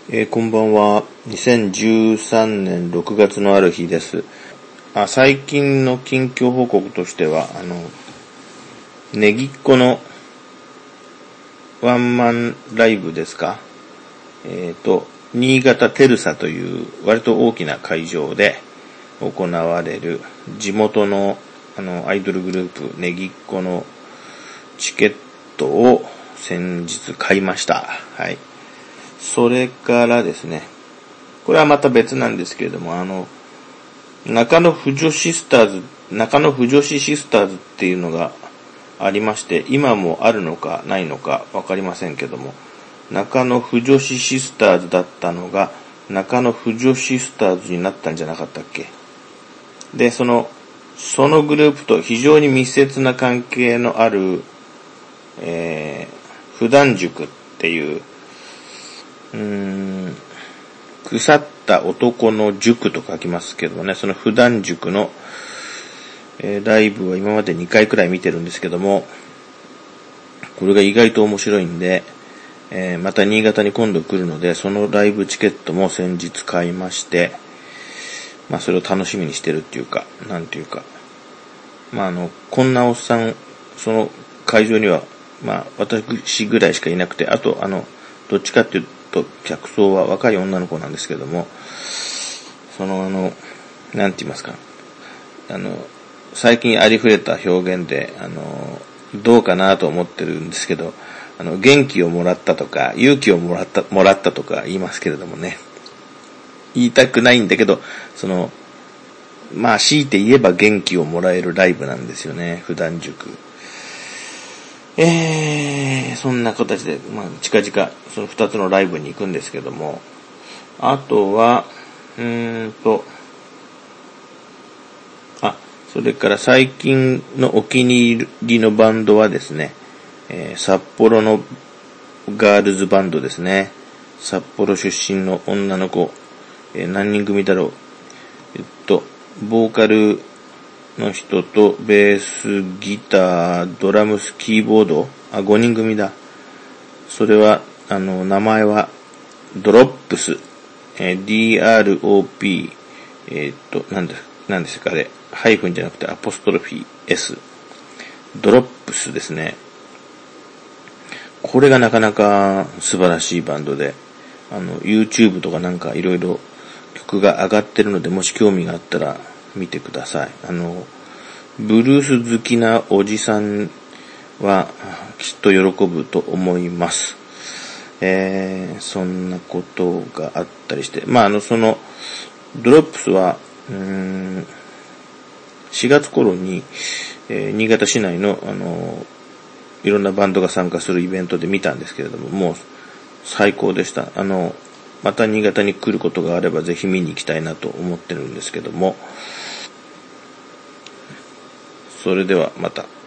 こんばんは。2013年6月のある日です。最近の近況報告としては、ネギっ子のワンマンライブですか。新潟テルサという割と大きな会場で行われる地元のアイドルグループネギっ子のチケットを先日買いました。はい。それからですね、これはまた別なんですけれども、中野婦女シスターズっていうのがありまして、今もあるのかないのかわかりませんけども、中野婦女子シスターズだったのが、中野婦女シスターズになったんじゃなかったっけ。で、そのグループと非常に密接な関係のある、普段塾っていう、腐った男の塾と書きますけどね、その普段塾の、ライブは今まで2回くらい見てるんですけども、これが意外と面白いんで、また新潟に今度来るので、そのライブチケットも先日買いまして、それを楽しみにしてるっていうか、なんていうか、こんなおっさん、その会場には、私ぐらいしかいなくて、あと、どっちかっていうと、客層は若い女の子なんですけども、なんて言いますか、最近ありふれた表現で、どうかなと思ってるんですけど、元気をもらったとか、勇気をもらったとか言いますけれどもね、言いたくないんだけど、強いて言えば元気をもらえるライブなんですよね、普段塾。そんな形で、近々、その2つのライブに行くんですけども、あとは、それから最近のお気に入りのバンドはですね、札幌のガールズバンドですね。札幌出身の女の子、何人組だろう。ボーカルの人とベース、ギター、ドラムス、キーボード、5人組だ。それは、名前はドロップス、DROP、何ですかね、ハイフンじゃなくてアポストロフィー S、ドロップスですね。これがなかなか素晴らしいバンドで、YouTube とかなんかいろいろ曲が上がってるので、もし興味があったら見てください。ブルース好きなおじさんはきっと喜ぶと思います。そんなことがあったりして、そのドロップスは4月頃に、新潟市内のいろんなバンドが参加するイベントで見たんですけれども、もう最高でした。また新潟に来ることがあればぜひ見に行きたいなと思ってるんですけども、それではまた。